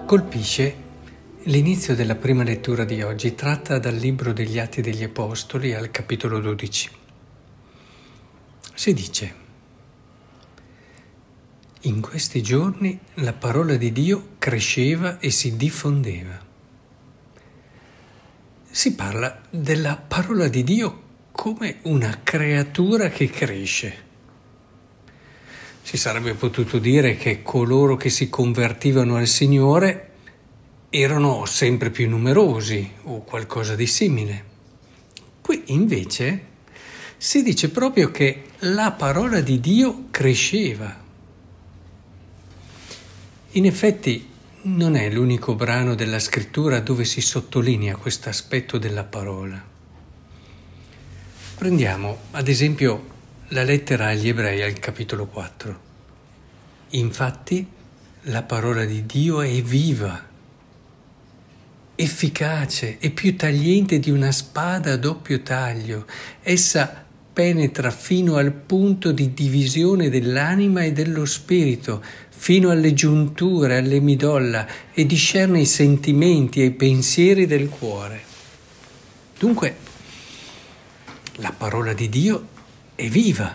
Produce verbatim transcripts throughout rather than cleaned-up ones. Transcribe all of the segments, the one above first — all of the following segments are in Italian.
Colpisce l'inizio della prima lettura di oggi, tratta dal libro degli Atti degli Apostoli al capitolo dodici. Si dice: in questi giorni la parola di Dio cresceva e si diffondeva. Si parla della parola di Dio come una creatura che cresce. Si sarebbe potuto dire che coloro che si convertivano al Signore erano sempre più numerosi o qualcosa di simile. Qui invece si dice proprio che la parola di Dio cresceva. In effetti non è l'unico brano della Scrittura dove si sottolinea questo aspetto della parola. Prendiamo ad esempio la lettera agli Ebrei al capitolo quattro. Infatti la parola di Dio è viva, efficace e più tagliente di una spada a doppio taglio. Essa penetra fino al punto di divisione dell'anima e dello spirito, fino alle giunture, alle midolla, e discerne i sentimenti e i pensieri del cuore. Dunque, la parola di Dio è viva.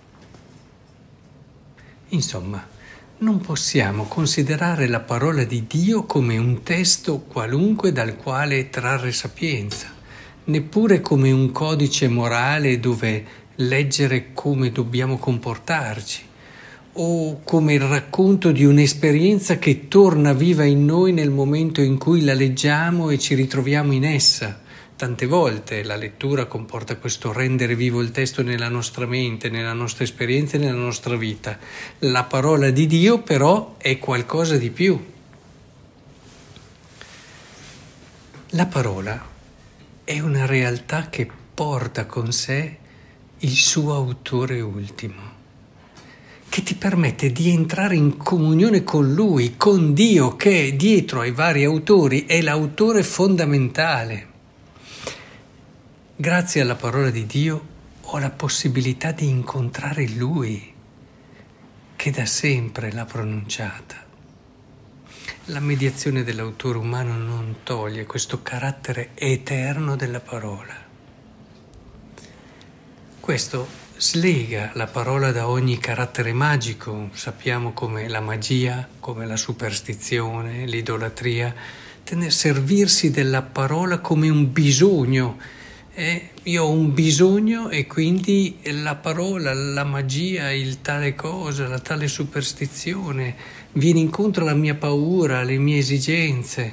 Insomma, non possiamo considerare la parola di Dio come un testo qualunque dal quale trarre sapienza, neppure come un codice morale dove leggere come dobbiamo comportarci, o come il racconto di un'esperienza che torna viva in noi nel momento in cui la leggiamo e ci ritroviamo in essa. Tante volte la lettura comporta questo rendere vivo il testo nella nostra mente, nella nostra esperienza e nella nostra vita. La parola di Dio però è qualcosa di più. La parola è una realtà che porta con sé il suo autore ultimo, che ti permette di entrare in comunione con Lui, con Dio, che dietro ai vari autori è l'autore fondamentale. Grazie alla parola di Dio ho la possibilità di incontrare Lui, che da sempre l'ha pronunciata. La mediazione dell'autore umano non toglie questo carattere eterno della parola. Questo slega la parola da ogni carattere magico. Sappiamo come la magia, come la superstizione, l'idolatria, tende a servirsi della parola come un bisogno. Eh, io ho un bisogno e quindi la parola, la magia, il tale cosa, la tale superstizione viene incontro alla mia paura, alle mie esigenze.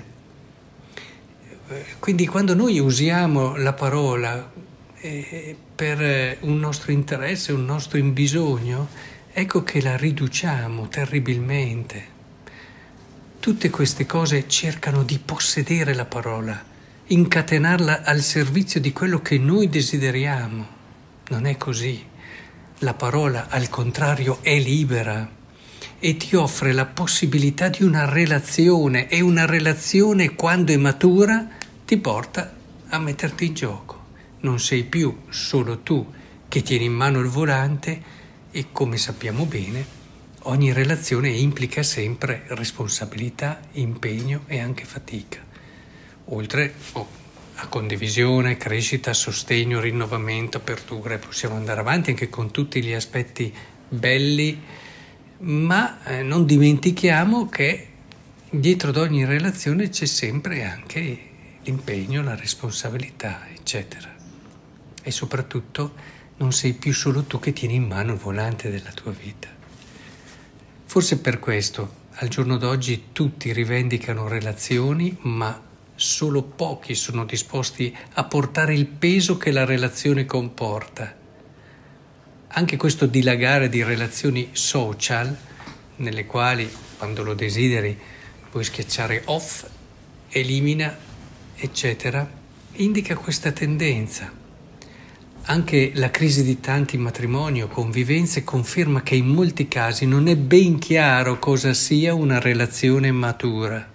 Quindi quando noi usiamo la parola eh, per un nostro interesse, un nostro bisogno, ecco che la riduciamo terribilmente. Tutte queste cose cercano di possedere la parola, incatenarla al servizio di quello che noi desideriamo. Non è così. La parola, al contrario, è libera e ti offre la possibilità di una relazione, e una relazione, quando è matura, ti porta a metterti in gioco. Non sei più solo tu che tieni in mano il volante, e come sappiamo bene, ogni relazione implica sempre responsabilità, impegno e anche fatica. Oltre oh, a condivisione, crescita, sostegno, rinnovamento, apertura, e possiamo andare avanti anche con tutti gli aspetti belli, ma eh, non dimentichiamo che dietro ad ogni relazione c'è sempre anche l'impegno, la responsabilità, eccetera. E soprattutto non sei più solo tu che tieni in mano il volante della tua vita. Forse per questo al giorno d'oggi tutti rivendicano relazioni, ma solo pochi sono disposti a portare il peso che la relazione comporta. Anche questo dilagare di relazioni social, nelle quali, quando lo desideri, puoi schiacciare off, elimina, eccetera, indica questa tendenza. Anche la crisi di tanti matrimoni o convivenze conferma che in molti casi non è ben chiaro cosa sia una relazione matura.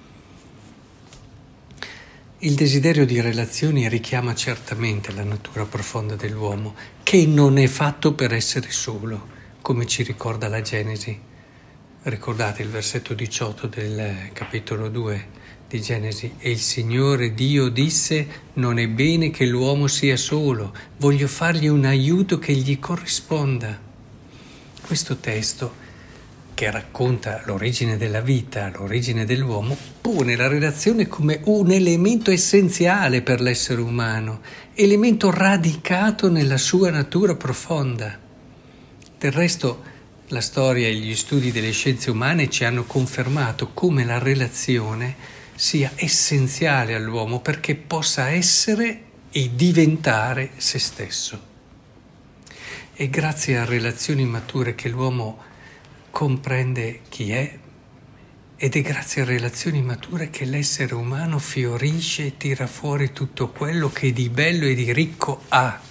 Il desiderio di relazioni richiama certamente la natura profonda dell'uomo, che non è fatto per essere solo, come ci ricorda la Genesi. Ricordate il versetto diciotto del capitolo due di Genesi? E il Signore Dio disse: non è bene che l'uomo sia solo, voglio fargli un aiuto che gli corrisponda. Questo testo, che racconta l'origine della vita, l'origine dell'uomo, pone la relazione come un elemento essenziale per l'essere umano, elemento radicato nella sua natura profonda. Del resto, la storia e gli studi delle scienze umane ci hanno confermato come la relazione sia essenziale all'uomo perché possa essere e diventare se stesso. È grazie a relazioni mature che l'uomo comprende chi è, ed è grazie a relazioni mature che l'essere umano fiorisce e tira fuori tutto quello che di bello e di ricco ha.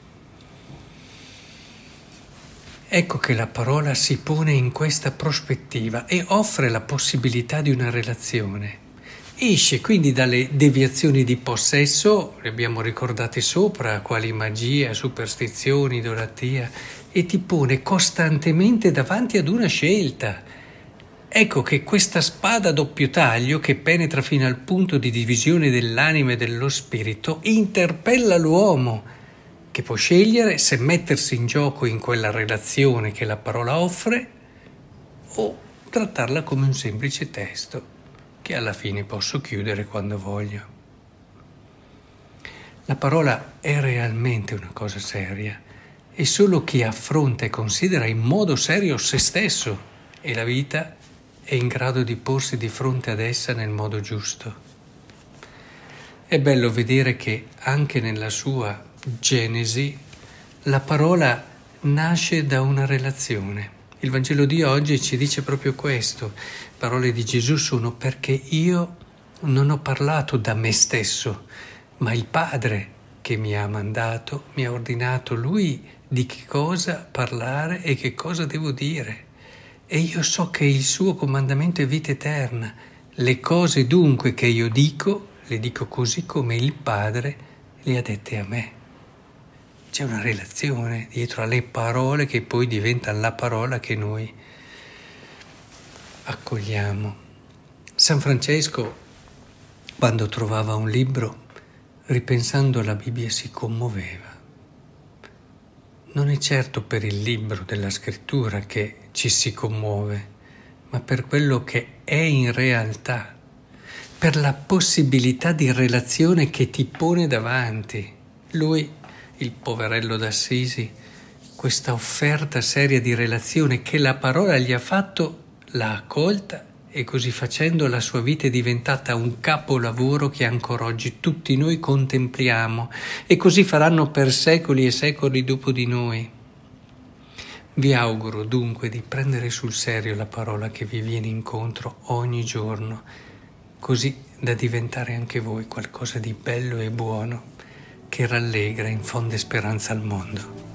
Ecco che la parola si pone in questa prospettiva e offre la possibilità di una relazione. Esce quindi dalle deviazioni di possesso, le abbiamo ricordate sopra, quali magia, superstizioni, idolatria, e ti pone costantemente davanti ad una scelta. Ecco che questa spada a doppio taglio, che penetra fino al punto di divisione dell'anima e dello spirito, interpella l'uomo, che può scegliere se mettersi in gioco in quella relazione che la parola offre o trattarla come un semplice testo che alla fine posso chiudere quando voglio. La parola è realmente una cosa seria e solo chi affronta e considera in modo serio se stesso e la vita è in grado di porsi di fronte ad essa nel modo giusto. È bello vedere che anche nella sua Genesi la parola nasce da una relazione. Il Vangelo di oggi ci dice proprio questo. Parole di Gesù sono: perché io non ho parlato da me stesso, ma il Padre che mi ha mandato mi ha ordinato Lui di che cosa parlare e che cosa devo dire. E io so che il suo comandamento è vita eterna. Le cose dunque che io dico, le dico così come il Padre le ha dette a me. C'è una relazione dietro alle parole che poi diventano la parola che noi accogliamo. San Francesco, quando trovava un libro, ripensando alla Bibbia, si commuoveva. Non è certo per il libro della scrittura che ci si commuove, ma per quello che è in realtà, per la possibilità di relazione che ti pone davanti. Lui, il poverello d'Assisi, questa offerta seria di relazione che la parola gli ha fatto, l'ha accolta e così facendo la sua vita è diventata un capolavoro che ancora oggi tutti noi contempliamo e così faranno per secoli e secoli dopo di noi. Vi auguro dunque di prendere sul serio la parola che vi viene incontro ogni giorno, così da diventare anche voi qualcosa di bello e buono che rallegra e infonde speranza al mondo.